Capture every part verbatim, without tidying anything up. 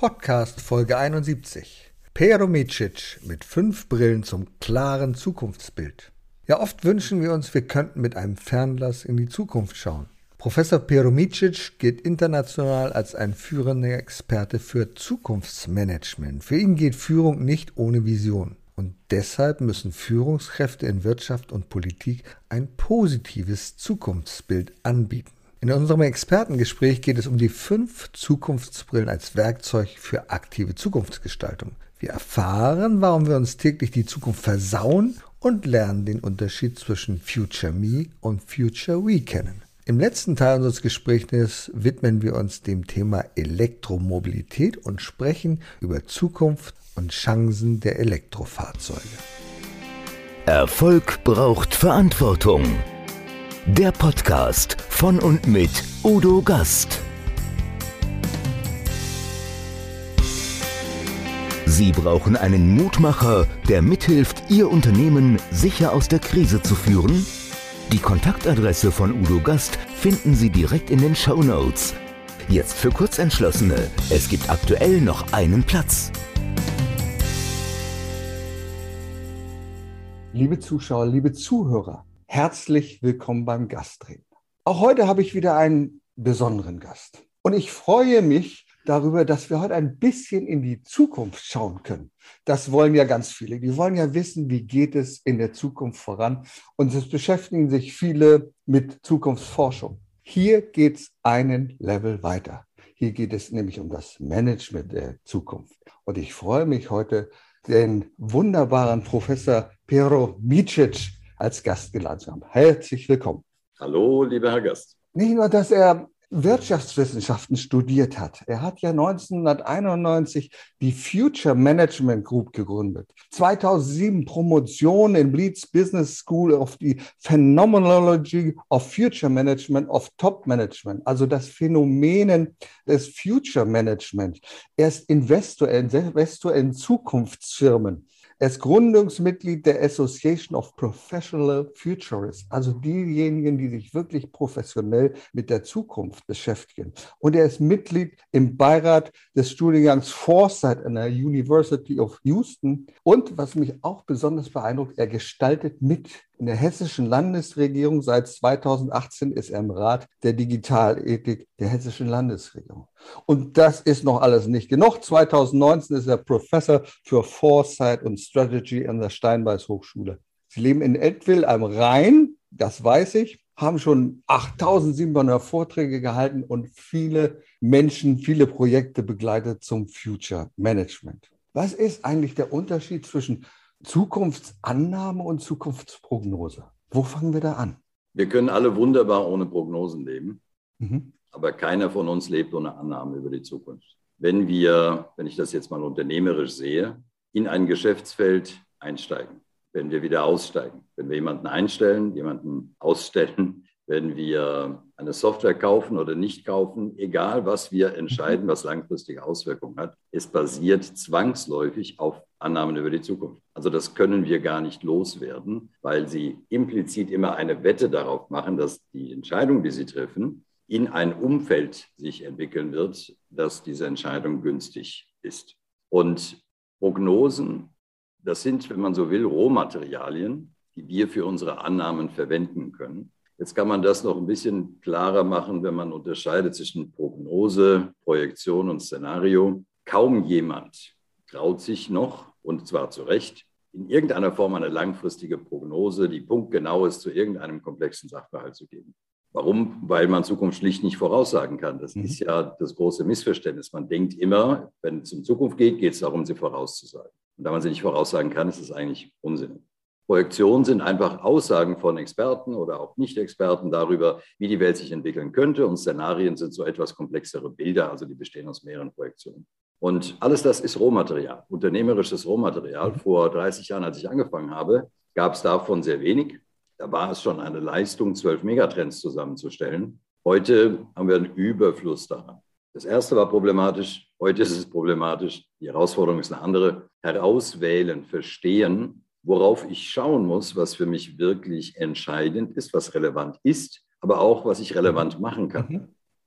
Podcast Folge einundsiebzig. Pero Micic mit fünf Brillen zum klaren Zukunftsbild. Ja, oft wünschen wir uns, wir könnten mit einem Fernglas in die Zukunft schauen. Professor Pero Micic gilt international als ein führender Experte für Zukunftsmanagement. Für ihn geht Führung nicht ohne Vision. Und deshalb müssen Führungskräfte in Wirtschaft und Politik ein positives Zukunftsbild anbieten. In unserem Expertengespräch geht es um die fünf Zukunftsbrillen als Werkzeug für aktive Zukunftsgestaltung. Wir erfahren, warum wir uns täglich die Zukunft versauen und lernen den Unterschied zwischen Future Me und Future We kennen. Im letzten Teil unseres Gesprächs widmen wir uns dem Thema Elektromobilität und sprechen über Zukunft und Chancen der Elektrofahrzeuge. Erfolg braucht Verantwortung. Der Podcast von und mit Udo Gast. Sie brauchen einen Mutmacher, der mithilft, Ihr Unternehmen sicher aus der Krise zu führen? Die Kontaktadresse von Udo Gast finden Sie direkt in den Shownotes. Jetzt für Kurzentschlossene. Es gibt aktuell noch einen Platz. Liebe Zuschauer, liebe Zuhörer, herzlich willkommen beim Gastredner. Auch heute habe ich wieder einen besonderen Gast. Und ich freue mich darüber, dass wir heute ein bisschen in die Zukunft schauen können. Das wollen ja ganz viele. Die wollen ja wissen, wie geht es in der Zukunft voran. Und es beschäftigen sich viele mit Zukunftsforschung. Hier geht es einen Level weiter. Hier geht es nämlich um das Management der Zukunft. Und ich freue mich heute, den wunderbaren Professor Pero Micic als Gast geladen zu haben. Herzlich willkommen. Hallo, lieber Herr Gast. Nicht nur, dass er Wirtschaftswissenschaften studiert hat. Er hat ja neunzehnhunderteinundneunzig die Future Management Group gegründet. zweitausendsieben Promotion in Leeds Business School of the Phenomenology of Future Management of Top Management, also das Phänomenen des Future Management. Er ist Investor, Investor in Zukunftsfirmen. Er ist Gründungsmitglied der Association of Professional Futurists, also diejenigen, die sich wirklich professionell mit der Zukunft beschäftigen. Und er ist Mitglied im Beirat des Studiengangs Foresight an der University of Houston. Und was mich auch besonders beeindruckt, er gestaltet mit. In der hessischen Landesregierung seit zweitausendachtzehn ist er im Rat der Digitalethik der hessischen Landesregierung. Und das ist noch alles nicht genug. zweitausendneunzehn ist er Professor für Foresight und Strategy an der Steinbeis Hochschule. Sie leben in Eltville am Rhein, das weiß ich, haben schon achttausendsiebenhundert Vorträge gehalten und viele Menschen, viele Projekte begleitet zum Future Management. Was ist eigentlich der Unterschied zwischen Zukunftsannahme und Zukunftsprognose? Wo fangen wir da an? Wir können alle wunderbar ohne Prognosen leben, Mhm. aber keiner von uns lebt ohne Annahmen über die Zukunft. Wenn wir, wenn ich das jetzt mal unternehmerisch sehe, in ein Geschäftsfeld einsteigen, wenn wir wieder aussteigen, wenn wir jemanden einstellen, jemanden ausstellen, wenn wir eine Software kaufen oder nicht kaufen, egal was wir entscheiden, was langfristige Auswirkungen hat, es basiert zwangsläufig auf Annahmen über die Zukunft. Also das können wir gar nicht loswerden, weil sie implizit immer eine Wette darauf machen, dass die Entscheidung, die sie treffen, in ein Umfeld sich entwickeln wird, dass diese Entscheidung günstig ist. Und Prognosen, das sind, wenn man so will, Rohmaterialien, die wir für unsere Annahmen verwenden können. Jetzt kann man das noch ein bisschen klarer machen, wenn man unterscheidet zwischen Prognose, Projektion und Szenario. Kaum jemand traut sich noch, und zwar zu Recht, in irgendeiner Form eine langfristige Prognose, die punktgenau ist, zu irgendeinem komplexen Sachverhalt zu geben. Warum? Weil man Zukunft schlicht nicht voraussagen kann. Das mhm. ist ja das große Missverständnis. Man denkt immer, wenn es um Zukunft geht, geht es darum, sie vorauszusagen. Und da man sie nicht voraussagen kann, ist es eigentlich Unsinn. Projektionen sind einfach Aussagen von Experten oder auch Nicht-Experten darüber, wie die Welt sich entwickeln könnte. Und Szenarien sind so etwas komplexere Bilder, also die bestehen aus mehreren Projektionen. Und alles das ist Rohmaterial, unternehmerisches Rohmaterial. Vor dreißig Jahren, als ich angefangen habe, gab es davon sehr wenig. Da war es schon eine Leistung, zwölf Megatrends zusammenzustellen. Heute haben wir einen Überfluss daran. Das erste war problematisch, heute ist es problematisch. Die Herausforderung ist eine andere. Herauswählen, verstehen, worauf ich schauen muss, was für mich wirklich entscheidend ist, was relevant ist, aber auch, was ich relevant machen kann.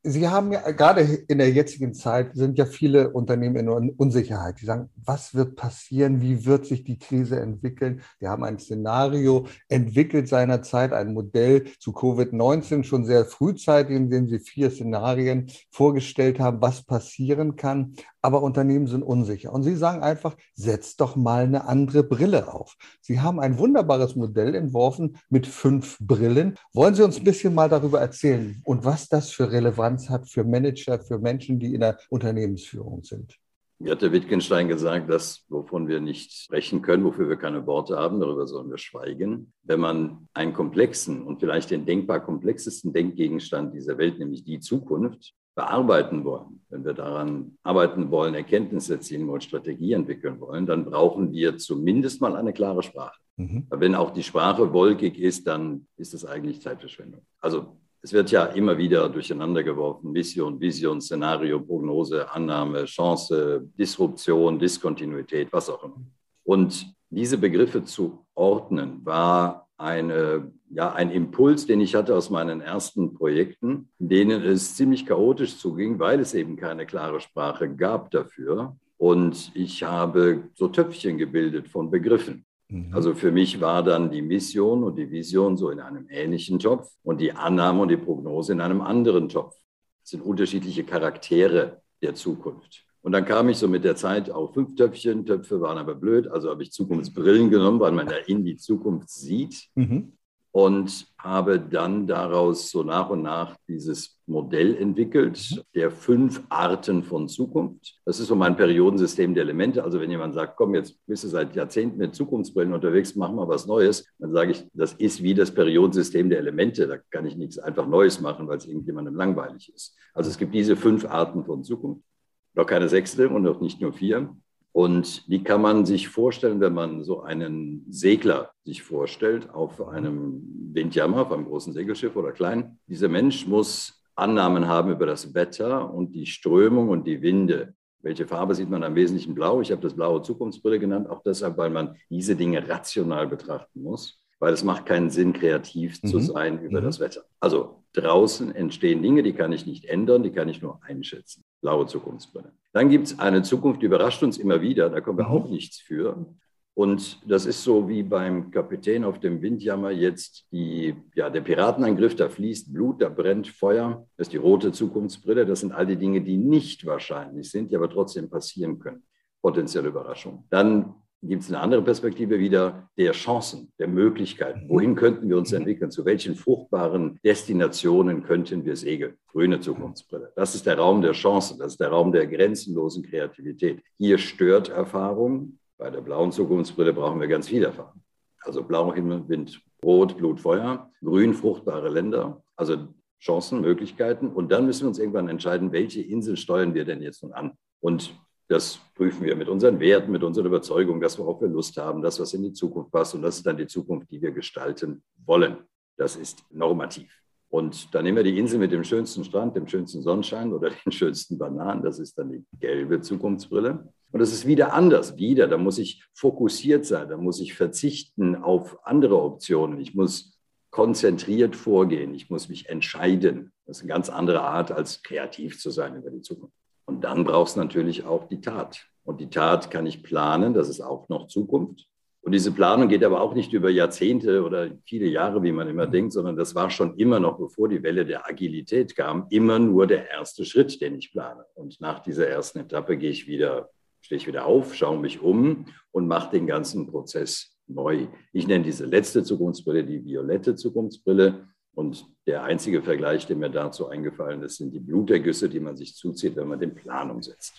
Sie haben ja gerade in der jetzigen Zeit sind ja viele Unternehmen in Unsicherheit. Die sagen, was wird passieren? Wie wird sich die Krise entwickeln? Wir haben ein Szenario entwickelt seinerzeit, ein Modell zu Covid neunzehn schon sehr frühzeitig, in dem Sie vier Szenarien vorgestellt haben, was passieren kann. Aber Unternehmen sind unsicher. Und Sie sagen einfach, setzt doch mal eine andere Brille auf. Sie haben ein wunderbares Modell entworfen mit fünf Brillen. Wollen Sie uns ein bisschen mal darüber erzählen und was das für Relevanz hat für Manager, für Menschen, die in der Unternehmensführung sind? Mir hat der Wittgenstein gesagt, dass wovon wir nicht sprechen können, wofür wir keine Worte haben, darüber sollen wir schweigen. Wenn man einen komplexen und vielleicht den denkbar komplexesten Denkgegenstand dieser Welt, nämlich die Zukunft, bearbeiten wollen, wenn wir daran arbeiten wollen, Erkenntnisse erzielen wollen, Strategie entwickeln wollen, dann brauchen wir zumindest mal eine klare Sprache. Mhm. Wenn auch die Sprache wolkig ist, dann ist es eigentlich Zeitverschwendung. Also es wird ja immer wieder durcheinander geworfen, Mission, Vision, Szenario, Prognose, Annahme, Chance, Disruption, Diskontinuität, was auch immer. Und diese Begriffe zu ordnen, war eine, ja, ein Impuls, den ich hatte aus meinen ersten Projekten, in denen es ziemlich chaotisch zuging, weil es eben keine klare Sprache gab dafür. Und ich habe so Töpfchen gebildet von Begriffen. Also für mich war dann die Mission und die Vision so in einem ähnlichen Topf und die Annahme und die Prognose in einem anderen Topf. Das sind unterschiedliche Charaktere der Zukunft. Und dann kam ich so mit der Zeit auf fünf Töpfchen. Töpfe waren aber blöd, also habe ich Zukunftsbrillen genommen, weil man ja in die Zukunft sieht. Mhm. Und habe dann daraus so nach und nach dieses Modell entwickelt, der fünf Arten von Zukunft. Das ist so mein Periodensystem der Elemente. Also wenn jemand sagt, komm, jetzt bist du seit Jahrzehnten mit Zukunftsbrillen unterwegs, mach mal was Neues, dann sage ich, das ist wie das Periodensystem der Elemente. Da kann ich nichts einfach Neues machen, weil es irgendjemandem langweilig ist. Also es gibt diese fünf Arten von Zukunft. Noch keine sechste und noch nicht nur vier. Und die kann man sich vorstellen, wenn man so einen Segler sich vorstellt auf einem Windjammer, auf einem großen Segelschiff oder klein. Dieser Mensch muss Annahmen haben über das Wetter und die Strömung und die Winde. Welche Farbe sieht man am Wesentlichen? Blau. Ich habe das blaue Zukunftsbrille genannt, auch deshalb, weil man diese Dinge rational betrachten muss. Weil es macht keinen Sinn, kreativ mhm. zu sein über mhm. das Wetter. Also draußen entstehen Dinge, die kann ich nicht ändern, die kann ich nur einschätzen. Blaue Zukunftsbrille. Dann gibt es eine Zukunft, die überrascht uns immer wieder, da können wir mhm. auch nichts für. Und das ist so wie beim Kapitän auf dem Windjammer jetzt die, ja, der Piratenangriff, da fließt Blut, da brennt Feuer. Das ist die rote Zukunftsbrille. Das sind all die Dinge, die nicht wahrscheinlich sind, die aber trotzdem passieren können. Potenzielle Überraschung. Dann gibt es eine andere Perspektive wieder der Chancen, der Möglichkeiten. Wohin könnten wir uns entwickeln? Zu welchen fruchtbaren Destinationen könnten wir segeln? Grüne Zukunftsbrille. Das ist der Raum der Chancen. Das ist der Raum der grenzenlosen Kreativität. Hier stört Erfahrung. Bei der blauen Zukunftsbrille brauchen wir ganz viel Erfahrung. Also blau, Himmel, Wind, Rot, Blut, Feuer. Grün, fruchtbare Länder. Also Chancen, Möglichkeiten. Und dann müssen wir uns irgendwann entscheiden, welche Insel steuern wir denn jetzt nun an? Und das prüfen wir mit unseren Werten, mit unseren Überzeugungen, das, worauf wir Lust haben, das, was in die Zukunft passt. Und das ist dann die Zukunft, die wir gestalten wollen. Das ist normativ. Und dann nehmen wir die Insel mit dem schönsten Strand, dem schönsten Sonnenschein oder den schönsten Bananen. Das ist dann die gelbe Zukunftsbrille. Und das ist wieder anders. Wieder, da muss ich fokussiert sein, da muss ich verzichten auf andere Optionen. Ich muss konzentriert vorgehen, ich muss mich entscheiden. Das ist eine ganz andere Art, als kreativ zu sein über die Zukunft. Und dann braucht es natürlich auch die Tat. Und die Tat kann ich planen, das ist auch noch Zukunft. Und diese Planung geht aber auch nicht über Jahrzehnte oder viele Jahre, wie man immer denkt, sondern das war schon immer noch, bevor die Welle der Agilität kam, immer nur der erste Schritt, den ich plane. Und nach dieser ersten Etappe gehe ich wieder, stehe ich wieder auf, schaue mich um und mache den ganzen Prozess neu. Ich nenne diese letzte Zukunftsbrille die violette Zukunftsbrille. Und der einzige Vergleich, der mir dazu eingefallen ist, sind die Blutergüsse, die man sich zuzieht, wenn man den Plan umsetzt.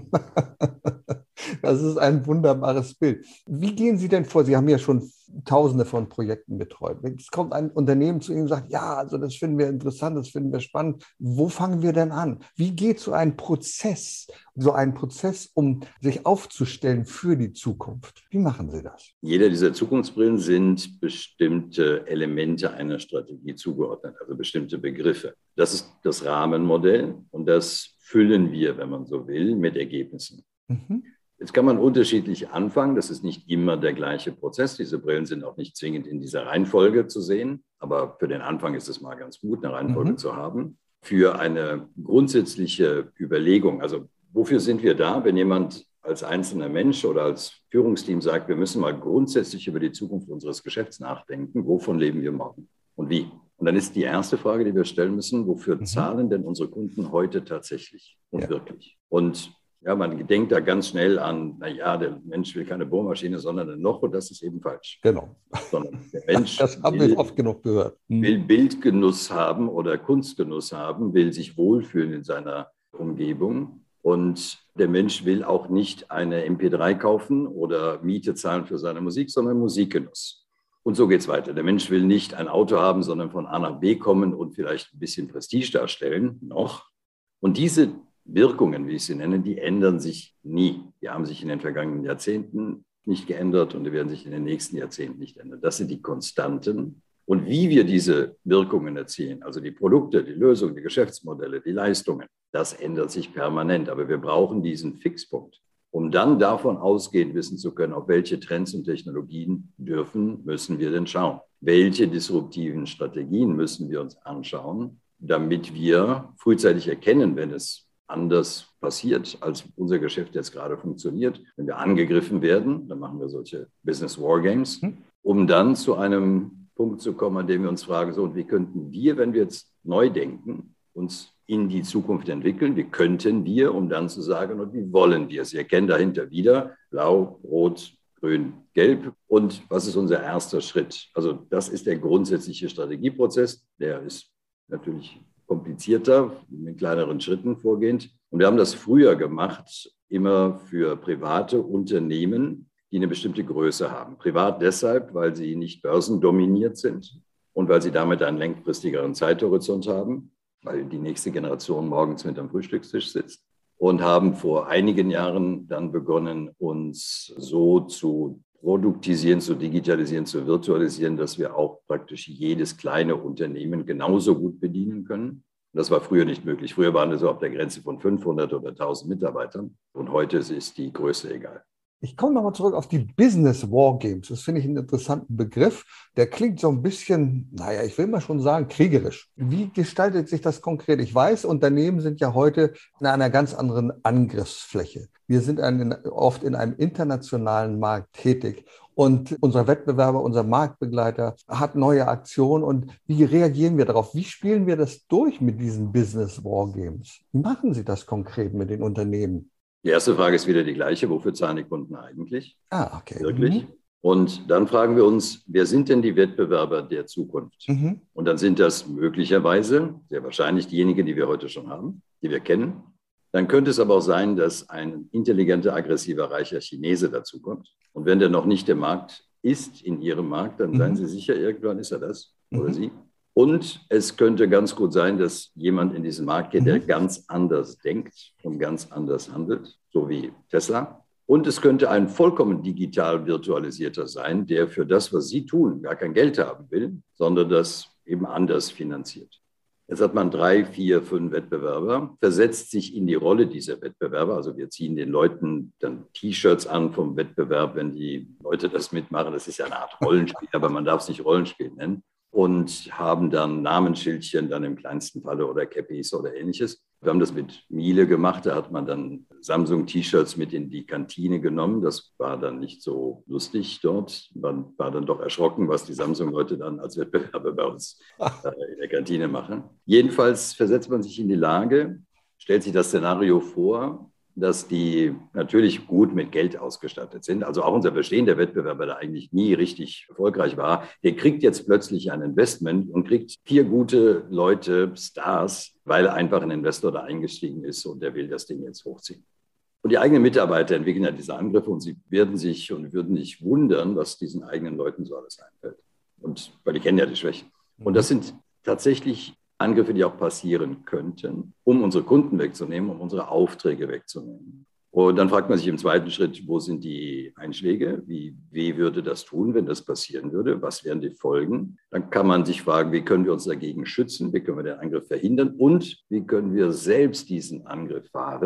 Das ist ein wunderbares Bild. Wie gehen Sie denn vor? Sie haben ja schon Tausende von Projekten betreut. Jetzt kommt ein Unternehmen zu Ihnen und sagt, ja, also das finden wir interessant, das finden wir spannend. Wo fangen wir denn an? Wie geht so ein Prozess, so ein Prozess, um sich aufzustellen für die Zukunft? Wie machen Sie das? Jeder dieser Zukunftsbrillen sind bestimmte Elemente einer Strategie zugeordnet, also bestimmte Begriffe. Das ist das Rahmenmodell und das füllen wir, wenn man so will, mit Ergebnissen. Mhm. Jetzt kann man unterschiedlich anfangen. Das ist nicht immer der gleiche Prozess. Diese Brillen sind auch nicht zwingend in dieser Reihenfolge zu sehen. Aber für den Anfang ist es mal ganz gut, eine Reihenfolge mhm. zu haben. für eine grundsätzliche Überlegung. Also wofür sind wir da, wenn jemand als einzelner Mensch oder als Führungsteam sagt, wir müssen mal grundsätzlich über die Zukunft unseres Geschäfts nachdenken, wovon leben wir morgen und wie? Und dann ist die erste Frage, die wir stellen müssen, wofür mhm. zahlen denn unsere Kunden heute tatsächlich und ja. wirklich? Und ja, man denkt da ganz schnell an, naja, der Mensch will keine Bohrmaschine, sondern ein Loch, und das ist eben falsch. Genau. Sondern der Mensch das haben will, wir oft genug gehört. Mhm. will Bildgenuss haben oder Kunstgenuss haben, will sich wohlfühlen in seiner Umgebung. Und der Mensch will auch nicht eine M P drei kaufen oder Miete zahlen für seine Musik, sondern Musikgenuss. Und so geht es weiter. Der Mensch will nicht ein Auto haben, sondern von A nach B kommen und vielleicht ein bisschen Prestige darstellen, noch. Und diese Wirkungen, wie ich sie nenne, die ändern sich nie. Die haben sich in den vergangenen Jahrzehnten nicht geändert und die werden sich in den nächsten Jahrzehnten nicht ändern. Das sind die Konstanten. Und wie wir diese Wirkungen erzielen, also die Produkte, die Lösungen, die Geschäftsmodelle, die Leistungen, das ändert sich permanent. Aber wir brauchen diesen Fixpunkt, um dann davon ausgehend wissen zu können, auf welche Trends und Technologien dürfen, müssen wir denn schauen. Welche disruptiven Strategien müssen wir uns anschauen, damit wir frühzeitig erkennen, wenn es anders passiert, als unser Geschäft jetzt gerade funktioniert. Wenn wir angegriffen werden, dann machen wir solche Business Wargames, um dann zu einem Punkt zu kommen, an dem wir uns fragen, so, und wie könnten wir, wenn wir jetzt neu denken, uns in die Zukunft entwickeln? Wie könnten wir, um dann zu sagen, und wie wollen wir? Sie erkennen dahinter wieder blau, rot, grün, gelb. Und was ist unser erster Schritt? Also das ist der grundsätzliche Strategieprozess. Der ist natürlich komplizierter, mit kleineren Schritten vorgehend. Und wir haben das früher gemacht, immer für private Unternehmen, die eine bestimmte Größe haben. Privat deshalb, weil sie nicht börsendominiert sind und weil sie damit einen langfristigeren Zeithorizont haben, weil die nächste Generation morgens mit am Frühstückstisch sitzt, und haben vor einigen Jahren dann begonnen, uns so zu produktisieren, zu digitalisieren, zu virtualisieren, dass wir auch praktisch jedes kleine Unternehmen genauso gut bedienen können. Das war früher nicht möglich. Früher waren wir so auf der Grenze von fünfhundert oder tausend Mitarbeitern und heute ist die Größe egal. Ich komme nochmal zurück auf die Business Wargames. Das finde ich einen interessanten Begriff. Der klingt so ein bisschen, naja, ich will mal schon sagen, kriegerisch. Wie gestaltet sich das konkret? Ich weiß, Unternehmen sind ja heute in einer ganz anderen Angriffsfläche. Wir sind ein, oft in einem internationalen Markt tätig. Und unser Wettbewerber, unser Marktbegleiter hat neue Aktionen. Und wie reagieren wir darauf? Wie spielen wir das durch mit diesen Business Wargames? Wie machen Sie das konkret mit den Unternehmen? Die erste Frage ist wieder die gleiche. Wofür zahlen die Kunden eigentlich? Ah, okay. Wirklich? Mhm. Und dann fragen wir uns, wer sind denn die Wettbewerber der Zukunft? Mhm. Und dann sind das möglicherweise, sehr wahrscheinlich diejenigen, die wir heute schon haben, die wir kennen. Dann könnte es aber auch sein, dass ein intelligenter, aggressiver, reicher Chinese dazukommt. Und wenn der noch nicht der Markt ist in ihrem Markt, dann mhm. seien Sie sicher, irgendwann ist er das oder mhm. sie. Und es könnte ganz gut sein, dass jemand in diesen Markt geht, der ganz anders denkt und ganz anders handelt, so wie Tesla. Und es könnte ein vollkommen digital virtualisierter sein, der für das, was Sie tun, gar kein Geld haben will, sondern das eben anders finanziert. Jetzt hat man drei, vier, fünf Wettbewerber, versetzt sich in die Rolle dieser Wettbewerber. Also wir ziehen den Leuten dann T-Shirts an vom Wettbewerb, wenn die Leute das mitmachen. Das ist ja eine Art Rollenspiel, aber man darf es nicht Rollenspiel nennen. Und haben dann Namensschildchen, dann im kleinsten Falle oder Cappies oder ähnliches. Wir haben das mit Miele gemacht, da hat man dann Samsung-T-Shirts mit in die Kantine genommen. Das war dann nicht so lustig dort. Man war dann doch erschrocken, was die Samsung-Leute dann als Wettbewerber bei uns äh, in der Kantine machen. Jedenfalls versetzt man sich in die Lage, stellt sich das Szenario vor, dass die natürlich gut mit Geld ausgestattet sind. Also auch unser bestehender Wettbewerber, der eigentlich nie richtig erfolgreich war, der kriegt jetzt plötzlich ein Investment und kriegt vier gute Leute, Stars, weil einfach ein Investor da eingestiegen ist und der will das Ding jetzt hochziehen. Und die eigenen Mitarbeiter entwickeln ja diese Angriffe und sie werden sich und würden sich wundern, was diesen eigenen Leuten so alles einfällt. Und weil die kennen ja die Schwächen. Und das sind tatsächlich Angriffe, die auch passieren könnten, um unsere Kunden wegzunehmen, um unsere Aufträge wegzunehmen. Und dann fragt man sich im zweiten Schritt, wo sind die Einschläge? Wie, wie würde das tun, wenn das passieren würde? Was wären die Folgen? Dann kann man sich fragen, wie können wir uns dagegen schützen? Wie können wir den Angriff verhindern? Und wie können wir selbst diesen Angriff fahren,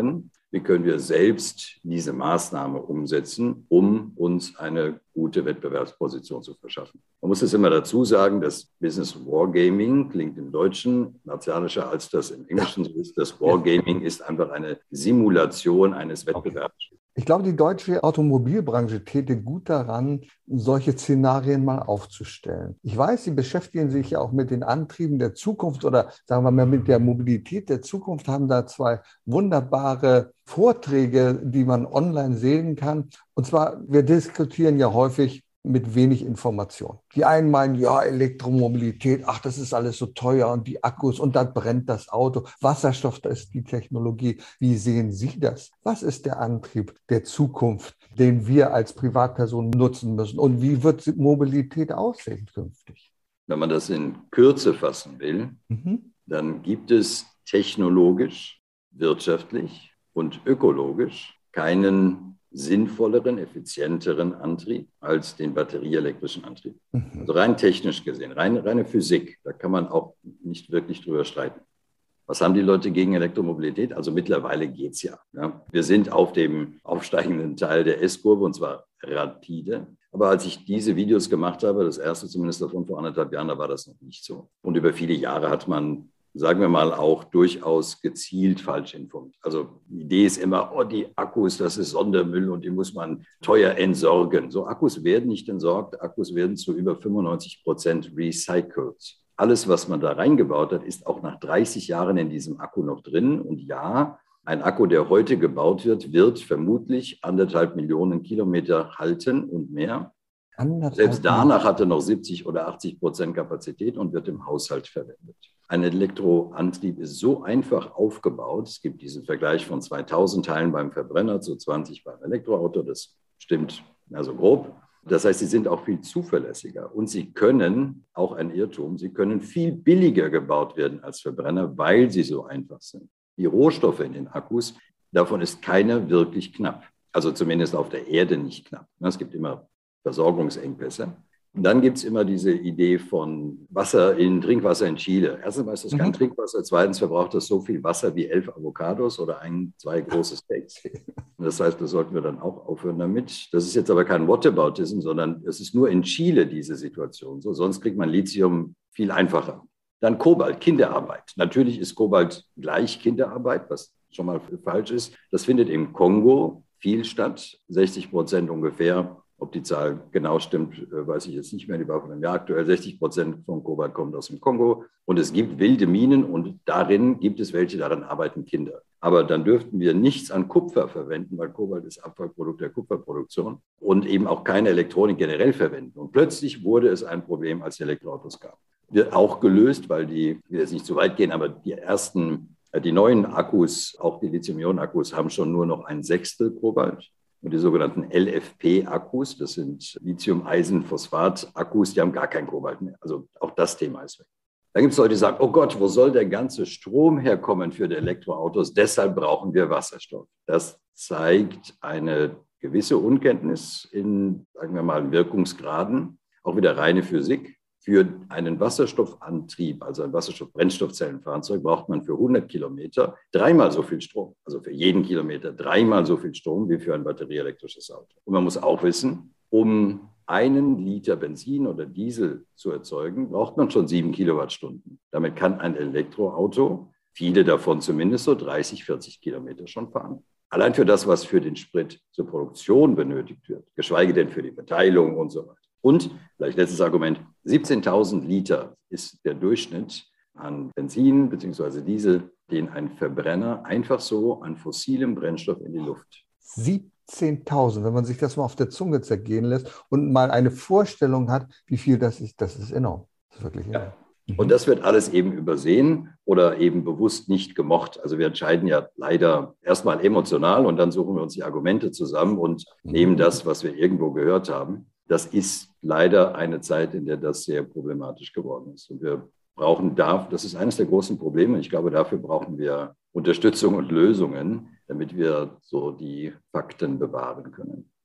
wie können wir selbst diese Maßnahme umsetzen, um uns eine gute Wettbewerbsposition zu verschaffen. Man muss es immer dazu sagen, das Business Wargaming klingt im Deutschen martialischer, als das im Englischen so ist. Das Wargaming ist einfach eine Simulation eines Wettbewerbs. Okay. Ich glaube, die deutsche Automobilbranche täte gut daran, solche Szenarien mal aufzustellen. Ich weiß, Sie beschäftigen sich ja auch mit den Antrieben der Zukunft oder sagen wir mal mit der Mobilität der Zukunft, haben da zwei wunderbare Vorträge, die man online sehen kann. Und zwar, wir diskutieren ja häufig mit wenig Information. Die einen meinen, ja, Elektromobilität, ach, das ist alles so teuer und die Akkus und dann brennt das Auto. Wasserstoff, das ist die Technologie. Wie sehen Sie das? Was ist der Antrieb der Zukunft, den wir als Privatpersonen nutzen müssen? Und wie wird Mobilität aussehen künftig? Wenn man das in Kürze fassen will, mhm. dann gibt es technologisch, wirtschaftlich und ökologisch keinen sinnvolleren, effizienteren Antrieb als den batterieelektrischen Antrieb. Mhm. Also rein technisch gesehen, rein, reine Physik, da kann man auch nicht wirklich drüber streiten. Was haben die Leute gegen Elektromobilität? Also mittlerweile geht es ja, ja. Wir sind auf dem aufsteigenden Teil der S-Kurve und zwar rapide. Aber als ich diese Videos gemacht habe, das erste zumindest davon vor anderthalb Jahren, da war das noch nicht so. Und über viele Jahre hat man, sagen wir mal, auch durchaus gezielt falsch informiert. Also die Idee ist immer, oh, die Akkus, das ist Sondermüll und die muss man teuer entsorgen. So, Akkus werden nicht entsorgt, Akkus werden zu über fünfundneunzig Prozent recycelt. Alles, was man da reingebaut hat, ist auch nach dreißig Jahren in diesem Akku noch drin. Und ja, ein Akku, der heute gebaut wird, wird vermutlich anderthalb Millionen Kilometer halten und mehr. Selbst danach hat er noch siebzig oder achtzig Prozent Kapazität und wird im Haushalt verwendet. Ein Elektroantrieb ist so einfach aufgebaut. Es gibt diesen Vergleich von zweitausend Teilen beim Verbrenner zu zwanzig beim Elektroauto. Das stimmt also grob. Das heißt, sie sind auch viel zuverlässiger und sie können, auch ein Irrtum, sie können viel billiger gebaut werden als Verbrenner, weil sie so einfach sind. Die Rohstoffe in den Akkus, davon ist keiner wirklich knapp. Also zumindest auf der Erde nicht knapp. Es gibt immer Versorgungsengpässe. Und dann gibt es immer diese Idee von Wasser in Trinkwasser in Chile. Erstens mal ist das kein mhm. Trinkwasser, zweitens verbraucht das so viel Wasser wie elf Avocados oder ein, zwei große Steaks. Und das heißt, da sollten wir dann auch aufhören damit. Das ist jetzt aber kein Whataboutism, sondern es ist nur in Chile diese Situation so. Sonst kriegt man Lithium viel einfacher. Dann Kobalt, Kinderarbeit. Natürlich ist Kobalt gleich Kinderarbeit, was schon mal falsch ist. Das findet im Kongo viel statt, sechzig Prozent ungefähr. Ob die Zahl genau stimmt, weiß ich jetzt nicht mehr. Die war von einem Jahr aktuell. sechzig Prozent von Kobalt kommt aus dem Kongo. Und es gibt wilde Minen und darin gibt es welche, daran arbeiten Kinder. Aber dann dürften wir nichts an Kupfer verwenden, weil Kobalt ist Abfallprodukt der Kupferproduktion und eben auch keine Elektronik generell verwenden. Und plötzlich wurde es ein Problem, als die Elektroautos kamen. Wird auch gelöst, weil die, ich will jetzt nicht zu weit gehen, aber die ersten, die neuen Akkus, auch die Lithium-Ionen-Akkus, haben schon nur noch ein Sechstel Kobalt. Und die sogenannten L F P-Akkus, das sind Lithium-Eisenphosphat-Akkus, die haben gar kein Kobalt mehr. Also auch das Thema ist weg. Dann gibt es Leute, die sagen, oh Gott, wo soll der ganze Strom herkommen für die Elektroautos? Deshalb brauchen wir Wasserstoff. Das zeigt eine gewisse Unkenntnis in, sagen wir mal, Wirkungsgraden, auch wieder reine Physik. Für einen Wasserstoffantrieb, also ein Wasserstoff-Brennstoffzellenfahrzeug, braucht man für hundert Kilometer dreimal so viel Strom. Also für jeden Kilometer dreimal so viel Strom wie für ein batterieelektrisches Auto. Und man muss auch wissen, um einen Liter Benzin oder Diesel zu erzeugen, braucht man schon sieben Kilowattstunden. Damit kann ein Elektroauto, viele davon zumindest so dreißig, vierzig Kilometer schon fahren. Allein für das, was für den Sprit zur Produktion benötigt wird, geschweige denn für die Verteilung und so weiter. Und, vielleicht letztes Argument, siebzehntausend Liter ist der Durchschnitt an Benzin bzw. Diesel, den ein Verbrenner einfach so an fossilem Brennstoff in die Luft. siebzehntausend, wenn man sich das mal auf der Zunge zergehen lässt und mal eine Vorstellung hat, wie viel das ist, das ist enorm. Das ist wirklich enorm. Ja. Und das wird alles eben übersehen oder eben bewusst nicht gemocht. Also wir entscheiden ja leider erstmal emotional und dann suchen wir uns die Argumente zusammen und nehmen das, was wir irgendwo gehört haben. Das ist leider eine Zeit, in der das sehr problematisch geworden ist. Und wir brauchen da, das ist eines der großen Probleme. Ich glaube, dafür brauchen wir Unterstützung und Lösungen, damit wir so die Fakten bewahren können.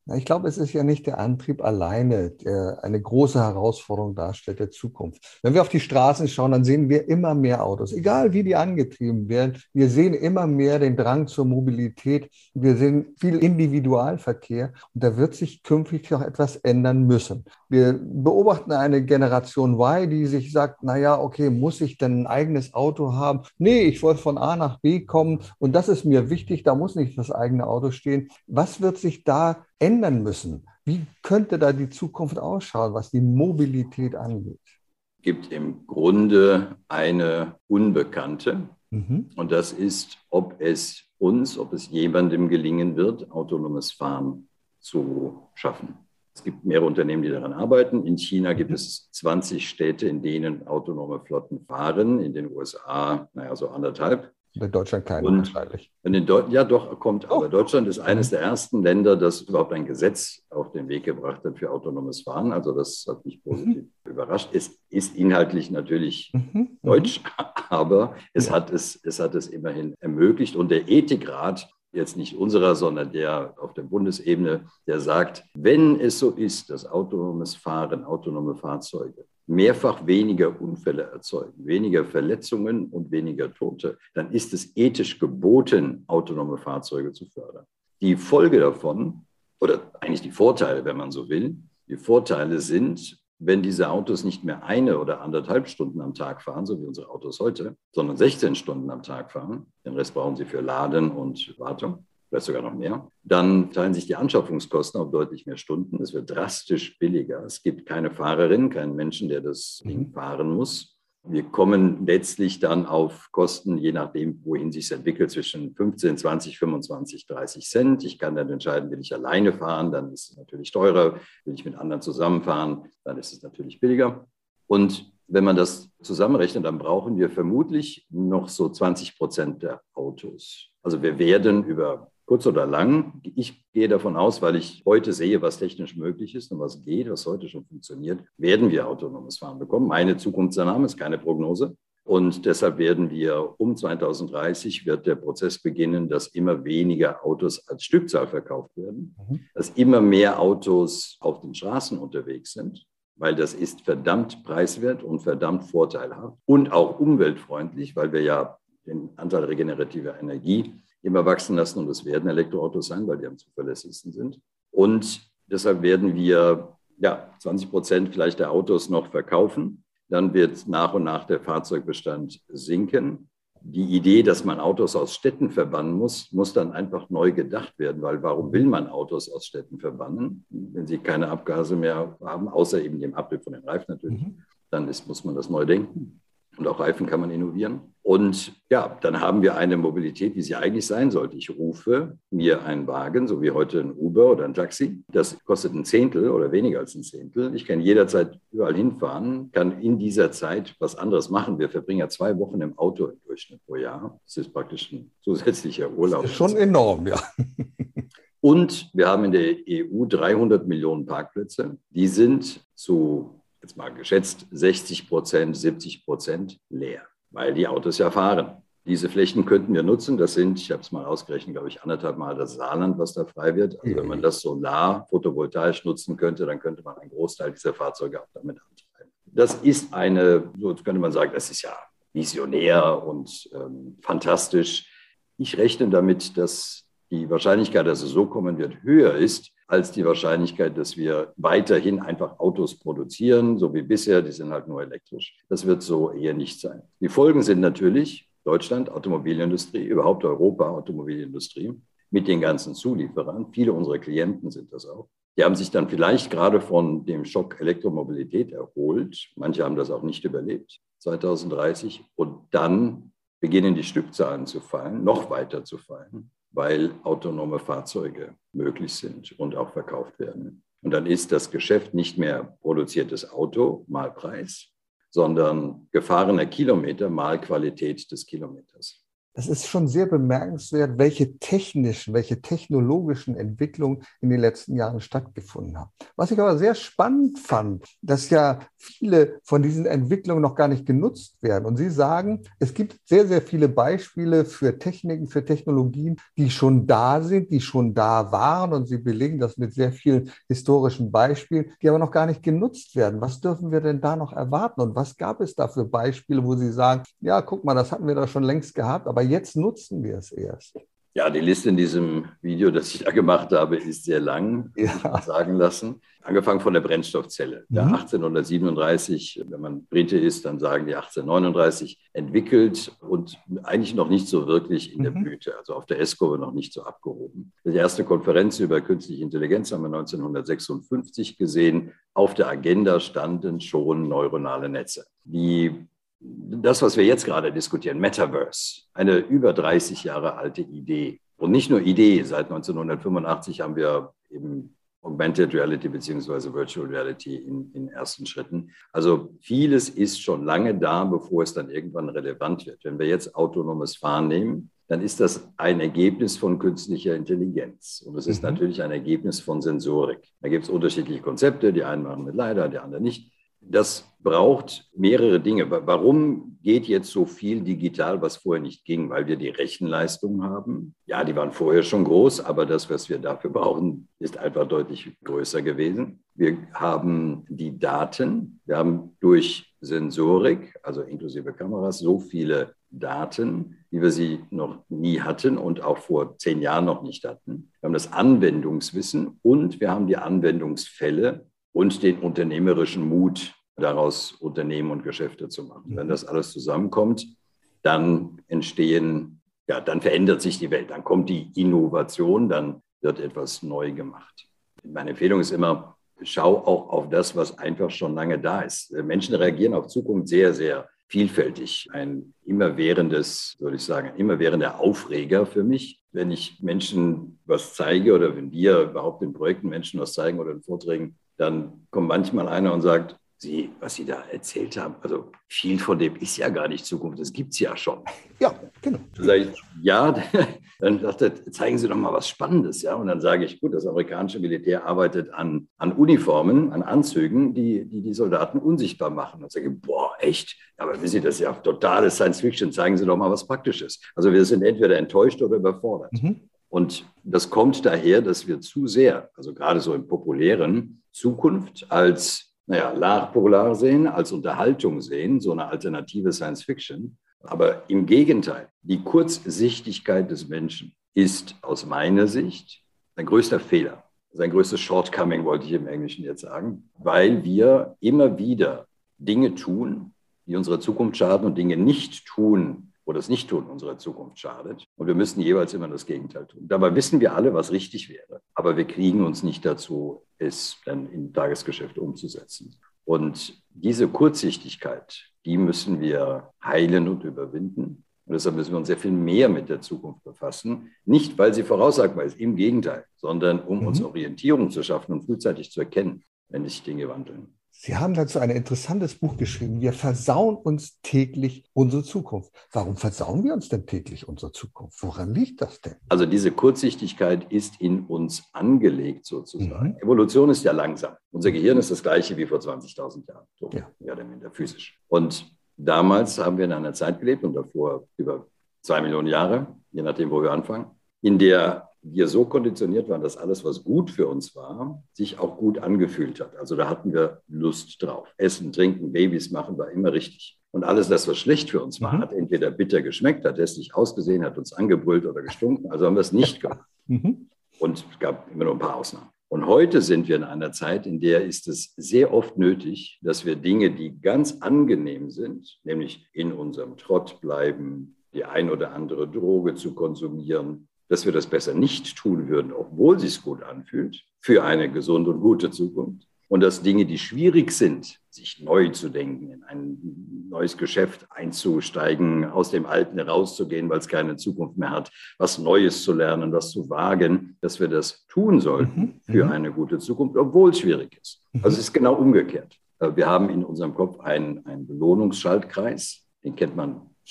Na, ich glaube, es ist ja nicht der Antrieb alleine, der eine große Herausforderung darstellt der Zukunft. Wenn wir auf die Straßen schauen, dann sehen wir immer mehr Autos, egal wie die angetrieben werden. Wir sehen immer mehr den Drang zur Mobilität. Wir sehen viel Individualverkehr und da wird sich künftig auch etwas ändern müssen. Wir beobachten eine Generation Y, die sich sagt, naja, okay, muss ich denn ein eigenes Auto haben? Nee, ich wollte von A nach B kommen und das ist mir wichtig, da muss nicht das eigene Auto stehen. Was wird sich da ändern müssen? Wie könnte da die Zukunft ausschauen, was die Mobilität angeht? Es gibt im Grunde eine Unbekannte. Mhm. Und das ist, ob es uns, ob es jemandem gelingen wird, autonomes Fahren zu schaffen. Es gibt mehrere Unternehmen, die daran arbeiten. In China gibt es zwanzig Städte, in denen autonome Flotten fahren. In den U S A, naja, so anderthalb. In Deutschland keine Und wahrscheinlich. In den Deu- ja, doch, kommt. Oh. Aber Deutschland ist eines der ersten Länder, das überhaupt ein Gesetz auf den Weg gebracht hat für autonomes Fahren. Also das hat mich positiv mhm. überrascht. Es ist inhaltlich natürlich mhm. deutsch, aber es, ja. hat es, es hat es immerhin ermöglicht. Und der Ethikrat, jetzt nicht unserer, sondern der auf der Bundesebene, der sagt, wenn es so ist, dass autonomes Fahren, autonome Fahrzeuge mehrfach weniger Unfälle erzeugen, weniger Verletzungen und weniger Tote, dann ist es ethisch geboten, autonome Fahrzeuge zu fördern. Die Folge davon, oder eigentlich die Vorteile, wenn man so will, die Vorteile sind, wenn diese Autos nicht mehr eine oder anderthalb Stunden am Tag fahren, so wie unsere Autos heute, sondern sechzehn Stunden am Tag fahren, den Rest brauchen sie für Laden und Wartung, vielleicht sogar noch mehr, dann teilen sich die Anschaffungskosten auf deutlich mehr Stunden. Es wird drastisch billiger. Es gibt keine Fahrerin, keinen Menschen, der das Ding fahren muss. Wir kommen letztlich dann auf Kosten, je nachdem, wohin sich es entwickelt, zwischen fünfzehn, zwanzig, fünfundzwanzig, dreißig Cent. Ich kann dann entscheiden, will ich alleine fahren, dann ist es natürlich teurer. Will ich mit anderen zusammenfahren, dann ist es natürlich billiger. Und wenn man das zusammenrechnet, dann brauchen wir vermutlich noch so zwanzig Prozent der Autos. Also wir werden über kurz oder lang, ich gehe davon aus, weil ich heute sehe, was technisch möglich ist und was geht, was heute schon funktioniert, werden wir autonomes Fahren bekommen. Meine Zukunftsannahme ist keine Prognose. Und deshalb werden wir um zweitausenddreißig wird der Prozess beginnen, dass immer weniger Autos als Stückzahl verkauft werden, mhm. dass immer mehr Autos auf den Straßen unterwegs sind, weil das ist verdammt preiswert und verdammt vorteilhaft und auch umweltfreundlich, weil wir ja den Anteil regenerativer Energie immer wachsen lassen und es werden Elektroautos sein, weil die am zuverlässigsten sind. Und deshalb werden wir ja, zwanzig Prozent vielleicht der Autos noch verkaufen. Dann wird nach und nach der Fahrzeugbestand sinken. Die Idee, dass man Autos aus Städten verbannen muss, muss dann einfach neu gedacht werden, weil warum will man Autos aus Städten verbannen, wenn sie keine Abgase mehr haben, außer eben dem Abrieb von den Reifen natürlich. Mhm. Dann ist, muss man das neu denken. Und auch Reifen kann man innovieren. Und ja, dann haben wir eine Mobilität, wie sie eigentlich sein sollte. Ich rufe mir einen Wagen, so wie heute ein Uber oder ein Taxi. Das kostet ein Zehntel oder weniger als ein Zehntel. Ich kann jederzeit überall hinfahren, kann in dieser Zeit was anderes machen. Wir verbringen ja zwei Wochen im Auto im Durchschnitt pro Jahr. Das ist praktisch ein zusätzlicher Urlaub. Das ist schon enorm, ja. Und wir haben in der E U dreihundert Millionen Parkplätze. Die sind zu jetzt mal geschätzt, sechzig Prozent, siebzig Prozent leer, weil die Autos ja fahren. Diese Flächen könnten wir nutzen. Das sind, ich habe es mal ausgerechnet, glaube ich, anderthalb Mal das Saarland, was da frei wird. Also wenn man das solar, photovoltaisch nutzen könnte, dann könnte man einen Großteil dieser Fahrzeuge auch damit antreiben. Das ist eine, so könnte man sagen, das ist ja visionär und ähm, fantastisch. Ich rechne damit, dass die Wahrscheinlichkeit, dass es so kommen wird, höher ist, als die Wahrscheinlichkeit, dass wir weiterhin einfach Autos produzieren, so wie bisher, die sind halt nur elektrisch. Das wird so eher nicht sein. Die Folgen sind natürlich Deutschland, Automobilindustrie, überhaupt Europa, Automobilindustrie, mit den ganzen Zulieferern. Viele unserer Klienten sind das auch. Die haben sich dann vielleicht gerade von dem Schock Elektromobilität erholt. Manche haben das auch nicht überlebt, zweitausenddreißig. Und dann beginnen die Stückzahlen zu fallen, noch weiter zu fallen, weil autonome Fahrzeuge möglich sind und auch verkauft werden. Und dann ist das Geschäft nicht mehr produziertes Auto mal Preis, sondern gefahrener Kilometer mal Qualität des Kilometers. Es ist schon sehr bemerkenswert, welche technischen, welche technologischen Entwicklungen in den letzten Jahren stattgefunden haben. Was ich aber sehr spannend fand, dass ja viele von diesen Entwicklungen noch gar nicht genutzt werden. Und Sie sagen, es gibt sehr, sehr viele Beispiele für Techniken, für Technologien, die schon da sind, die schon da waren. Und Sie belegen das mit sehr vielen historischen Beispielen, die aber noch gar nicht genutzt werden. Was dürfen wir denn da noch erwarten? Und was gab es da für Beispiele, wo Sie sagen, ja, guck mal, das hatten wir da schon längst gehabt, aber jetzt nutzen wir es erst? Ja, die Liste in diesem Video, das ich da gemacht habe, ist sehr lang, ja. muss man sagen lassen. Angefangen von der Brennstoffzelle. Mhm. Ja, achtzehnhundertsiebenunddreißig, wenn man Brite ist, dann sagen die achtzehnhundertneununddreißig, entwickelt und eigentlich noch nicht so wirklich in der mhm. Blüte, also auf der S-Kurve noch nicht so abgehoben. Die erste Konferenz über künstliche Intelligenz haben wir neunzehnhundertsechsundfünfzig gesehen. Auf der Agenda standen schon neuronale Netze. Die Das, was wir jetzt gerade diskutieren, Metaverse, eine über dreißig Jahre alte Idee. Und nicht nur Idee, seit neunzehnhundertfünfundachtzig haben wir eben Augmented Reality beziehungsweise Virtual Reality in, in ersten Schritten. Also vieles ist schon lange da, bevor es dann irgendwann relevant wird. Wenn wir jetzt autonomes Fahren nehmen, dann ist das ein Ergebnis von künstlicher Intelligenz. Und es ist mhm. natürlich ein Ergebnis von Sensorik. Da gibt es unterschiedliche Konzepte, die einen machen mit LiDAR, die anderen nicht. Das braucht mehrere Dinge. Warum geht jetzt so viel digital, was vorher nicht ging? Weil wir die Rechenleistung haben. Ja, die waren vorher schon groß, aber das, was wir dafür brauchen, ist einfach deutlich größer gewesen. Wir haben die Daten. Wir haben durch Sensorik, also inklusive Kameras, so viele Daten, wie wir sie noch nie hatten und auch vor zehn Jahren noch nicht hatten. Wir haben das Anwendungswissen und wir haben die Anwendungsfälle und den unternehmerischen Mut, daraus Unternehmen und Geschäfte zu machen. Wenn das alles zusammenkommt, dann entstehen, ja, dann verändert sich die Welt, dann kommt die Innovation, dann wird etwas neu gemacht. Meine Empfehlung ist immer, schau auch auf das, was einfach schon lange da ist. Menschen reagieren auf Zukunft sehr, sehr vielfältig. Ein immerwährendes, würde ich sagen, ein immerwährender Aufreger für mich, wenn ich Menschen was zeige oder wenn wir überhaupt in Projekten Menschen was zeigen oder in Vorträgen, dann kommt manchmal einer und sagt, Sie, was Sie da erzählt haben, also viel von dem ist ja gar nicht Zukunft, das gibt es ja schon. Ja, genau. Dann sage ich, ja, dann sagt er, zeigen Sie doch mal was Spannendes. Ja? Und dann sage ich, gut, das amerikanische Militär arbeitet an, an Uniformen, an Anzügen, die, die die Soldaten unsichtbar machen. Und dann sage ich, boah, echt? Aber wissen Sie, das ist ja totale Science Fiction, zeigen Sie doch mal was Praktisches. Also wir sind entweder enttäuscht oder überfordert. Mhm. Und das kommt daher, dass wir zu sehr, also gerade so im populären, Zukunft als, naja, l'art pour l'art sehen, als Unterhaltung sehen, so eine alternative Science Fiction. Aber im Gegenteil, die Kurzsichtigkeit des Menschen ist aus meiner Sicht ein größter Fehler. Sein größtes Shortcoming, wollte ich im Englischen jetzt sagen, weil wir immer wieder Dinge tun, die unserer Zukunft schaden und Dinge nicht tun, wo das Nicht-Tun unserer Zukunft schadet. Und wir müssen jeweils immer das Gegenteil tun. Dabei wissen wir alle, was richtig wäre. Aber wir kriegen uns nicht dazu, es dann im Tagesgeschäft umzusetzen. Und diese Kurzsichtigkeit, die müssen wir heilen und überwinden. Und deshalb müssen wir uns sehr viel mehr mit der Zukunft befassen. Nicht, weil sie voraussagbar ist, im Gegenteil, sondern um mhm. uns Orientierung zu schaffen und frühzeitig zu erkennen, wenn sich Dinge wandeln. Sie haben dazu ein interessantes Buch geschrieben. Wir versauen uns täglich unsere Zukunft. Warum versauen wir uns denn täglich unsere Zukunft? Woran liegt das denn? Also diese Kurzsichtigkeit ist in uns angelegt sozusagen. Mhm. Evolution ist ja langsam. Unser Gehirn ist das gleiche wie vor zwanzigtausend Jahren. So, ja. Mehr oder minder physisch. Und damals haben wir in einer Zeit gelebt und davor über zwei Millionen Jahre, je nachdem, wo wir anfangen, in der wir so konditioniert waren, dass alles, was gut für uns war, sich auch gut angefühlt hat. Also da hatten wir Lust drauf. Essen, trinken, Babys machen war immer richtig. Und alles das, was schlecht für uns war, mhm. hat entweder bitter geschmeckt, hat hässlich ausgesehen, hat uns angebrüllt oder gestunken. Also haben wir es nicht gemacht. Mhm. Und es gab immer nur ein paar Ausnahmen. Und heute sind wir in einer Zeit, in der ist es sehr oft nötig, dass wir Dinge, die ganz angenehm sind, nämlich in unserem Trott bleiben, die ein oder andere Droge zu konsumieren, dass wir das besser nicht tun würden, obwohl es sich gut anfühlt, für eine gesunde und gute Zukunft. Und dass Dinge, die schwierig sind, sich neu zu denken, in ein neues Geschäft einzusteigen, aus dem Alten herauszugehen, weil es keine Zukunft mehr hat, was Neues zu lernen, was zu wagen, dass wir das tun sollten für mhm. eine gute Zukunft, obwohl es schwierig ist. Also es ist genau umgekehrt. Wir haben in unserem Kopf einen, einen Belohnungsschaltkreis, den kennt man schon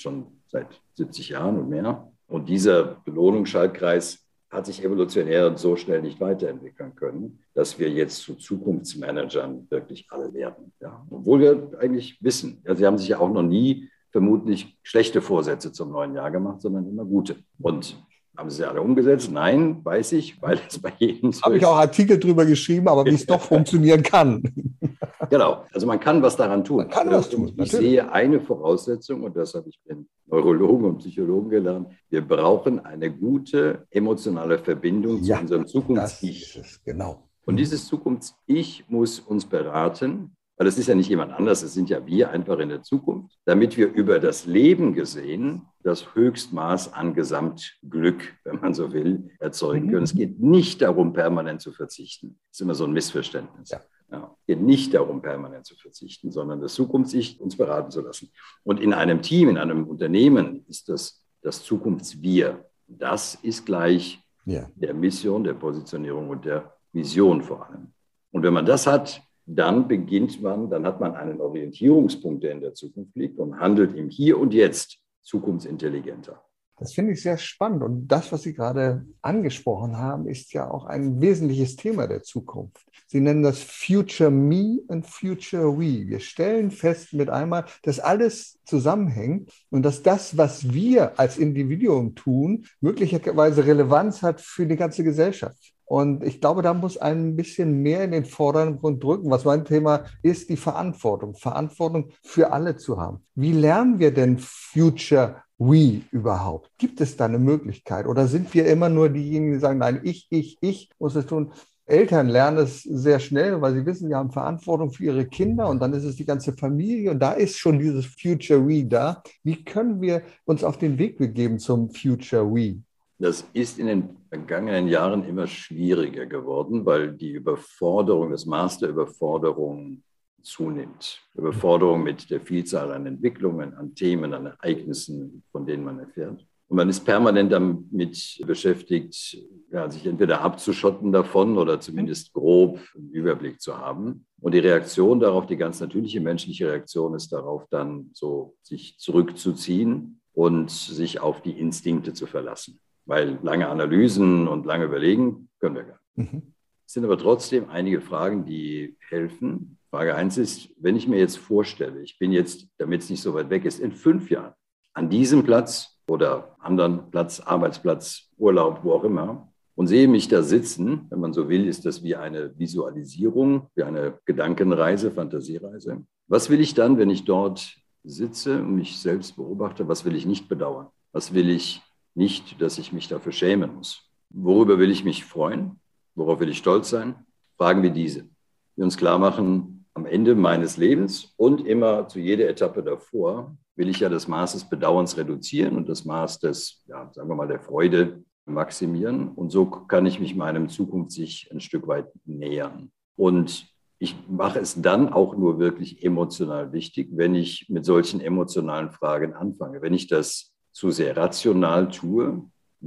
seit siebzig Jahren und mehr. Und dieser Belohnungsschaltkreis hat sich evolutionär so schnell nicht weiterentwickeln können, dass wir jetzt zu Zukunftsmanagern wirklich alle werden. Ja? Obwohl wir eigentlich wissen, ja, sie haben sich ja auch noch nie vermutlich schlechte Vorsätze zum neuen Jahr gemacht, sondern immer gute. Und haben sie alle umgesetzt? Nein, weiß ich, weil es bei jedem so ist. Habe ich auch Artikel drüber geschrieben, aber wie es doch funktionieren kann. Genau, also man kann was daran tun. Man kann was tun, ich natürlich. sehe eine Voraussetzung, und das habe ich den Neurologen und Psychologen gelernt, wir brauchen eine gute emotionale Verbindung ja, zu unserem Zukunfts-Ich. Genau. Und dieses Zukunfts-Ich muss uns beraten, weil es ist ja nicht jemand anders, es sind ja wir einfach in der Zukunft, damit wir über das Leben gesehen das Höchstmaß an Gesamtglück, wenn man so will, erzeugen können. Mhm. Es geht nicht darum, permanent zu verzichten. Das ist immer so ein Missverständnis. Ja. Ja, es geht nicht darum, permanent zu verzichten, sondern das Zukunfts-Ich uns beraten zu lassen. Und in einem Team, in einem Unternehmen ist das das Zukunfts-Wir. Das ist gleich ja. der Mission, der Positionierung und der Vision vor allem. Und wenn man das hat, dann beginnt man, dann hat man einen Orientierungspunkt, der in der Zukunft liegt und handelt im Hier und Jetzt zukunftsintelligenter. Das finde ich sehr spannend. Und das, was Sie gerade angesprochen haben, ist ja auch ein wesentliches Thema der Zukunft. Sie nennen das Future Me und Future We. Wir stellen fest mit einmal, dass alles zusammenhängt und dass das, was wir als Individuum tun, möglicherweise Relevanz hat für die ganze Gesellschaft. Und ich glaube, da muss ein bisschen mehr in den Vordergrund drücken. Was mein Thema ist, die Verantwortung. Verantwortung für alle zu haben. Wie lernen wir denn Future We überhaupt? Gibt es da eine Möglichkeit? Oder sind wir immer nur diejenigen, die sagen, nein, ich, ich, ich muss es tun? Eltern lernen es sehr schnell, weil sie wissen, sie haben Verantwortung für ihre Kinder und dann ist es die ganze Familie und da ist schon dieses Future We da. Wie können wir uns auf den Weg begeben zum Future We? Das ist in den vergangenen Jahren immer schwieriger geworden, weil die Überforderung, das Maß der Überforderung zunimmt. Überforderung mit der Vielzahl an Entwicklungen, an Themen, an Ereignissen, von denen man erfährt. Und man ist permanent damit beschäftigt, ja, sich entweder abzuschotten davon oder zumindest grob einen Überblick zu haben. Und die Reaktion darauf, die ganz natürliche menschliche Reaktion ist darauf, dann so sich zurückzuziehen und sich auf die Instinkte zu verlassen. Weil lange Analysen und lange Überlegen können wir gar nicht. Mhm. Es sind aber trotzdem einige Fragen, die helfen. Frage eins ist, wenn ich mir jetzt vorstelle, ich bin jetzt, damit es nicht so weit weg ist, in fünf Jahren an diesem Platz oder anderen Platz, Arbeitsplatz, Urlaub, wo auch immer, und sehe mich da sitzen, wenn man so will, ist das wie eine Visualisierung, wie eine Gedankenreise, Fantasiereise. Was will ich dann, wenn ich dort sitze und mich selbst beobachte, was will ich nicht bedauern? Was will ich nicht, dass ich mich dafür schämen muss? Worüber will ich mich freuen? Worauf will ich stolz sein? Fragen wir diese. Wir uns klar machen, am Ende meines Lebens und immer zu jeder Etappe davor will ich ja das Maß des Bedauerns reduzieren und das Maß des, ja, sagen wir mal, der Freude maximieren. Und so kann ich mich meinem Zukunfts-Ich ein Stück weit nähern. Und ich mache es dann auch nur wirklich emotional wichtig, wenn ich mit solchen emotionalen Fragen anfange. Wenn ich das zu sehr rational tue,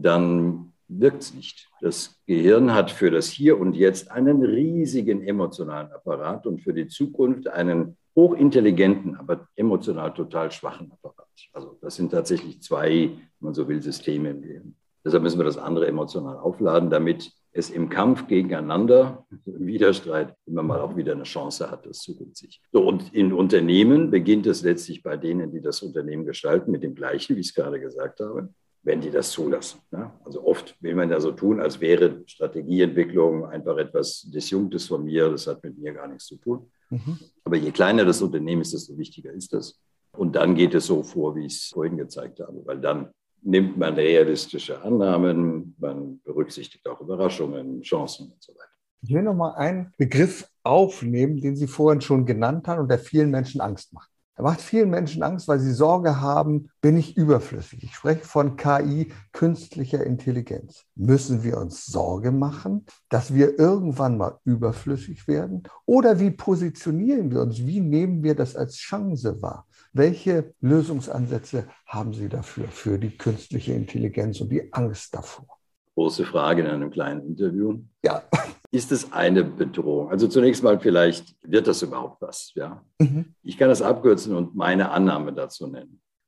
dann wirkt es nicht. Das Gehirn hat für das Hier und Jetzt einen riesigen emotionalen Apparat und für die Zukunft einen hochintelligenten, aber emotional total schwachen Apparat. Also das sind tatsächlich zwei, wenn man so will, Systeme im Gehirn. Deshalb müssen wir das andere emotional aufladen, damit es im Kampf gegeneinander, im Widerstreit, immer mal auch wieder eine Chance hat, das Zukunfts-Ich. So, und in Unternehmen beginnt es letztlich bei denen, die das Unternehmen gestalten, mit dem Gleichen, wie ich es gerade gesagt habe, wenn die das zulassen. Ja? Also oft will man ja so tun, als wäre Strategieentwicklung einfach etwas Disjunktes von mir, das hat mit mir gar nichts zu tun. Mhm. Aber je kleiner das Unternehmen ist, desto wichtiger ist das. Und dann geht es so vor, wie ich es vorhin gezeigt habe, weil dann nimmt man realistische Annahmen, man berücksichtigt auch Überraschungen, Chancen und so weiter. Ich will noch mal einen Begriff aufnehmen, den Sie vorhin schon genannt haben und der vielen Menschen Angst macht. Er macht vielen Menschen Angst, weil sie Sorge haben, bin ich überflüssig. Ich spreche von K I, künstlicher Intelligenz. Müssen wir uns Sorge machen, dass wir irgendwann mal überflüssig werden? Oder wie positionieren wir uns? Wie nehmen wir das als Chance wahr? Welche Lösungsansätze haben Sie dafür, für die künstliche Intelligenz und die Angst davor? Große Frage in einem kleinen Interview. Ja. Ist es eine Bedrohung? Also zunächst mal vielleicht, wird das überhaupt was? Ja? Mhm. Ich kann das abkürzen und meine Annahme dazu nennen.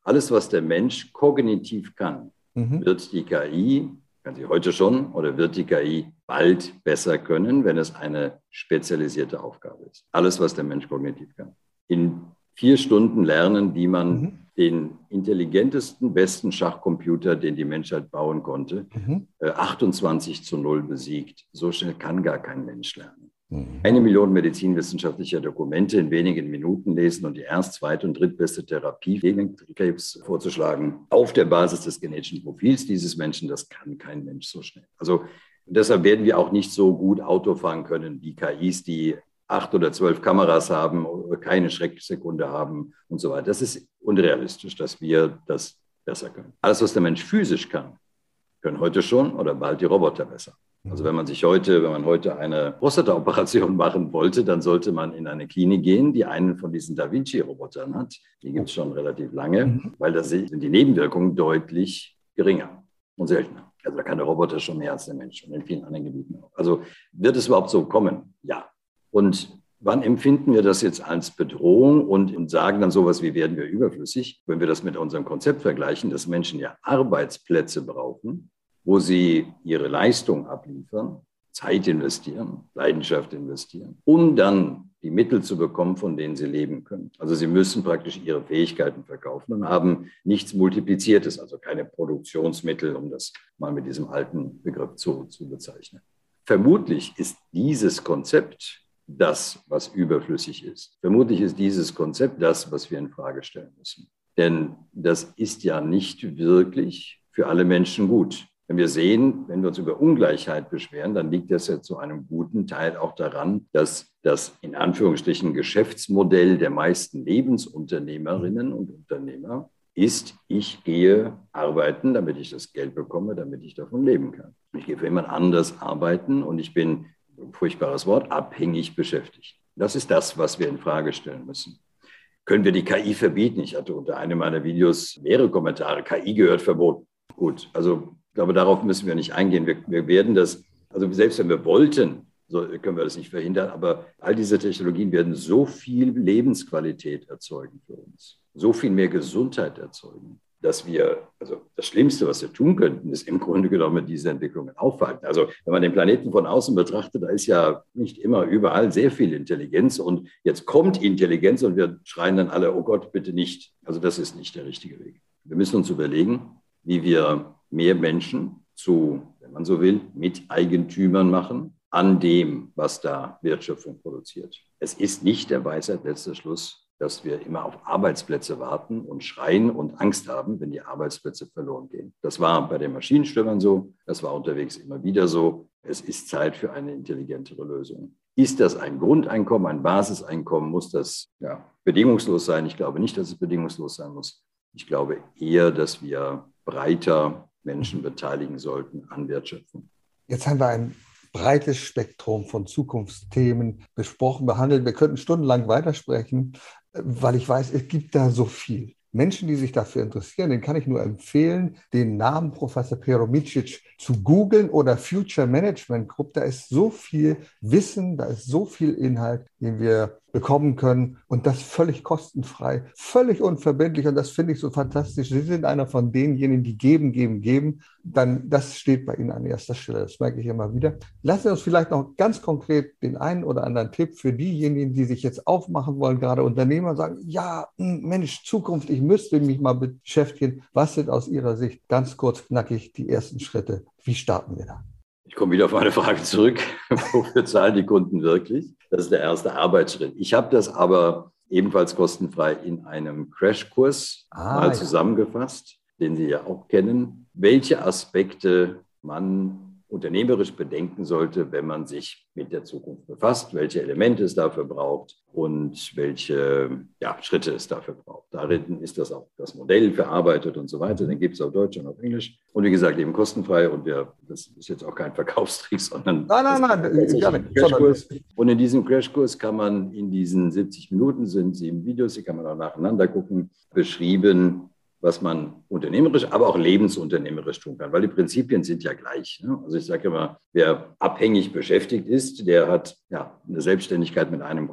Alles, was der Mensch kognitiv kann, Mhm. wird die K I, kann sie heute schon, oder wird die K I bald besser können, wenn es eine spezialisierte Aufgabe ist. Alles, was der Mensch kognitiv kann. In vier Stunden lernen, wie man Mhm. den intelligentesten, besten Schachcomputer, den die Menschheit bauen konnte, Mhm. äh, achtundzwanzig zu null besiegt. So schnell kann gar kein Mensch lernen. Mhm. Eine Million medizinwissenschaftlicher Dokumente in wenigen Minuten lesen und die erst-, zweit- und drittbeste Therapie gegen Krebs vorzuschlagen, auf der Basis des genetischen Profils dieses Menschen, das kann kein Mensch so schnell. Also deshalb werden wir auch nicht so gut Auto fahren können wie K Is, die acht oder zwölf Kameras haben, keine Schrecksekunde haben und so weiter. Das ist unrealistisch, dass wir das besser können. Alles, was der Mensch physisch kann, können heute schon oder bald die Roboter besser. Also wenn man sich heute, wenn man heute eine Prostata-Operation machen wollte, dann sollte man in eine Klinik gehen, die einen von diesen Da Vinci-Robotern hat. Die gibt es schon relativ lange, Mhm. weil da sind die Nebenwirkungen deutlich geringer und seltener. Also da kann der Roboter schon mehr als der Mensch und in vielen anderen Gebieten auch. Also wird es überhaupt so kommen? Ja. Und wann empfinden wir das jetzt als Bedrohung und, und sagen dann sowas wie, werden wir überflüssig? Wenn wir das mit unserem Konzept vergleichen, dass Menschen ja Arbeitsplätze brauchen, wo sie ihre Leistung abliefern, Zeit investieren, Leidenschaft investieren, um dann die Mittel zu bekommen, von denen sie leben können. Also sie müssen praktisch ihre Fähigkeiten verkaufen und haben nichts Multipliziertes, also keine Produktionsmittel, um das mal mit diesem alten Begriff zu, zu bezeichnen. Vermutlich ist dieses Konzept das, was überflüssig ist. Vermutlich ist dieses Konzept das, was wir in Frage stellen müssen. Denn das ist ja nicht wirklich für alle Menschen gut. Wenn wir sehen, wenn wir uns über Ungleichheit beschweren, dann liegt das ja zu einem guten Teil auch daran, dass das in Anführungsstrichen Geschäftsmodell der meisten Lebensunternehmerinnen und Unternehmer ist, ich gehe arbeiten, damit ich das Geld bekomme, damit ich davon leben kann. Ich gehe für jemand anders arbeiten und ich bin, ein furchtbares Wort, abhängig beschäftigt. Das ist das, was wir in Frage stellen müssen. Können wir die K I verbieten? Ich hatte unter einem meiner Videos mehrere Kommentare, K I gehört verboten. Gut, also ich glaube, darauf müssen wir nicht eingehen. Wir, wir werden das, also selbst wenn wir wollten, so können wir das nicht verhindern, aber all diese Technologien werden so viel Lebensqualität erzeugen für uns, so viel mehr Gesundheit erzeugen, dass wir, also das Schlimmste, was wir tun könnten, ist im Grunde genommen diese Entwicklungen aufhalten. Also wenn man den Planeten von außen betrachtet, da ist ja nicht immer überall sehr viel Intelligenz und jetzt kommt Intelligenz und wir schreien dann alle, oh Gott, bitte nicht. Also das ist nicht der richtige Weg. Wir müssen uns überlegen, wie wir mehr Menschen zu, wenn man so will, Miteigentümern machen an dem, was da Wertschöpfung produziert. Es ist nicht der Weisheit letzter Schluss, dass wir immer auf Arbeitsplätze warten und schreien und Angst haben, wenn die Arbeitsplätze verloren gehen. Das war bei den Maschinenstürmern so, das war unterwegs immer wieder so. Es ist Zeit für eine intelligentere Lösung. Ist das ein Grundeinkommen, ein Basiseinkommen? Muss das ja, bedingungslos sein? Ich glaube nicht, dass es bedingungslos sein muss. Ich glaube eher, dass wir breiter Menschen beteiligen sollten an Wertschöpfung. Jetzt haben wir ein breites Spektrum von Zukunftsthemen besprochen, behandelt. Wir könnten stundenlang weitersprechen, weil ich weiß, es gibt da so viel. Menschen, die sich dafür interessieren, denen kann ich nur empfehlen, den Namen Professor Pero Micic zu googeln oder Future Management Group. Da ist so viel Wissen, da ist so viel Inhalt, den wir bekommen können und das völlig kostenfrei, völlig unverbindlich und das finde ich so fantastisch. Sie sind einer von denjenigen, die geben, geben, geben. Dann, das steht bei Ihnen an erster Stelle, das merke ich immer wieder. Lassen Sie uns vielleicht noch ganz konkret den einen oder anderen Tipp für diejenigen, die sich jetzt aufmachen wollen, gerade Unternehmer sagen, ja, Mensch, Zukunft, ich müsste mich mal beschäftigen. Was sind aus Ihrer Sicht ganz kurz, knackig die ersten Schritte? Wie starten wir da? Ich komme wieder auf meine Frage zurück. Wofür zahlen die Kunden wirklich? Das ist der erste Arbeitsschritt. Ich habe das aber ebenfalls kostenfrei in einem Crashkurs ah, mal ja. zusammengefasst, den Sie ja auch kennen, welche Aspekte man unternehmerisch bedenken sollte, wenn man sich mit der Zukunft befasst, welche Elemente es dafür braucht und welche ja, Schritte es dafür braucht. Darin ist das auch das Modell verarbeitet und so weiter. Den gibt es auf Deutsch und auf Englisch. Und wie gesagt, eben kostenfrei. Und wir, das ist jetzt auch kein Verkaufstrick, sondern nein, nein, nein, ein Crashkurs. Und in diesem Crashkurs kann man in diesen siebzig Minuten, sind sieben Videos, die kann man auch nacheinander gucken, beschrieben, was man unternehmerisch, aber auch lebensunternehmerisch tun kann, weil die Prinzipien sind ja gleich. Ne? Also ich sage immer, wer abhängig beschäftigt ist, der hat ja eine Selbstständigkeit mit einem Kunden.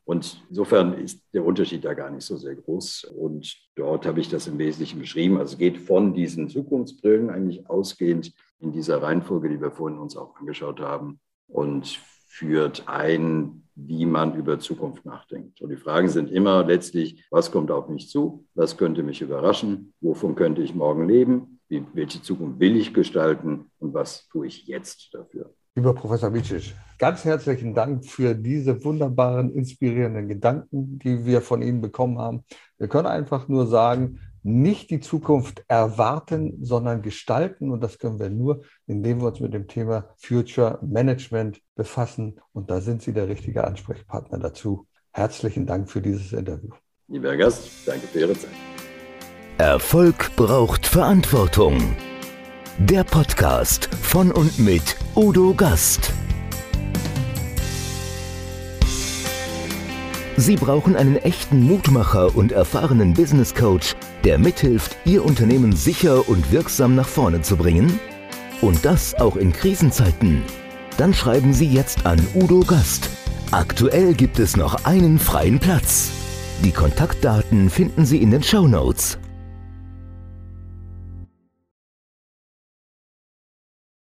Und insofern ist der Unterschied da gar nicht so sehr groß. Und dort habe ich das im Wesentlichen beschrieben. Also es geht von diesen Zukunftsbrillen eigentlich ausgehend in dieser Reihenfolge, die wir vorhin uns auch angeschaut haben, und führt ein, wie man über Zukunft nachdenkt. Und die Fragen sind immer letztlich, was kommt auf mich zu? Was könnte mich überraschen? Wovon könnte ich morgen leben? Wie, welche Zukunft will ich gestalten? Und was tue ich jetzt dafür? Lieber Professor Micic, ganz herzlichen Dank für diese wunderbaren, inspirierenden Gedanken, die wir von Ihnen bekommen haben. Wir können einfach nur sagen, nicht die Zukunft erwarten, sondern gestalten. Und das können wir nur, indem wir uns mit dem Thema Future Management befassen. Und da sind Sie der richtige Ansprechpartner dazu. Herzlichen Dank für dieses Interview. Lieber Herr Gast, danke für Ihre Zeit. Erfolg braucht Verantwortung. Der Podcast von und mit Udo Gast. Sie brauchen einen echten Mutmacher und erfahrenen Business Coach, der mithilft, Ihr Unternehmen sicher und wirksam nach vorne zu bringen? Und das auch in Krisenzeiten? Dann schreiben Sie jetzt an Udo Gast. Aktuell gibt es noch einen freien Platz. Die Kontaktdaten finden Sie in den Shownotes.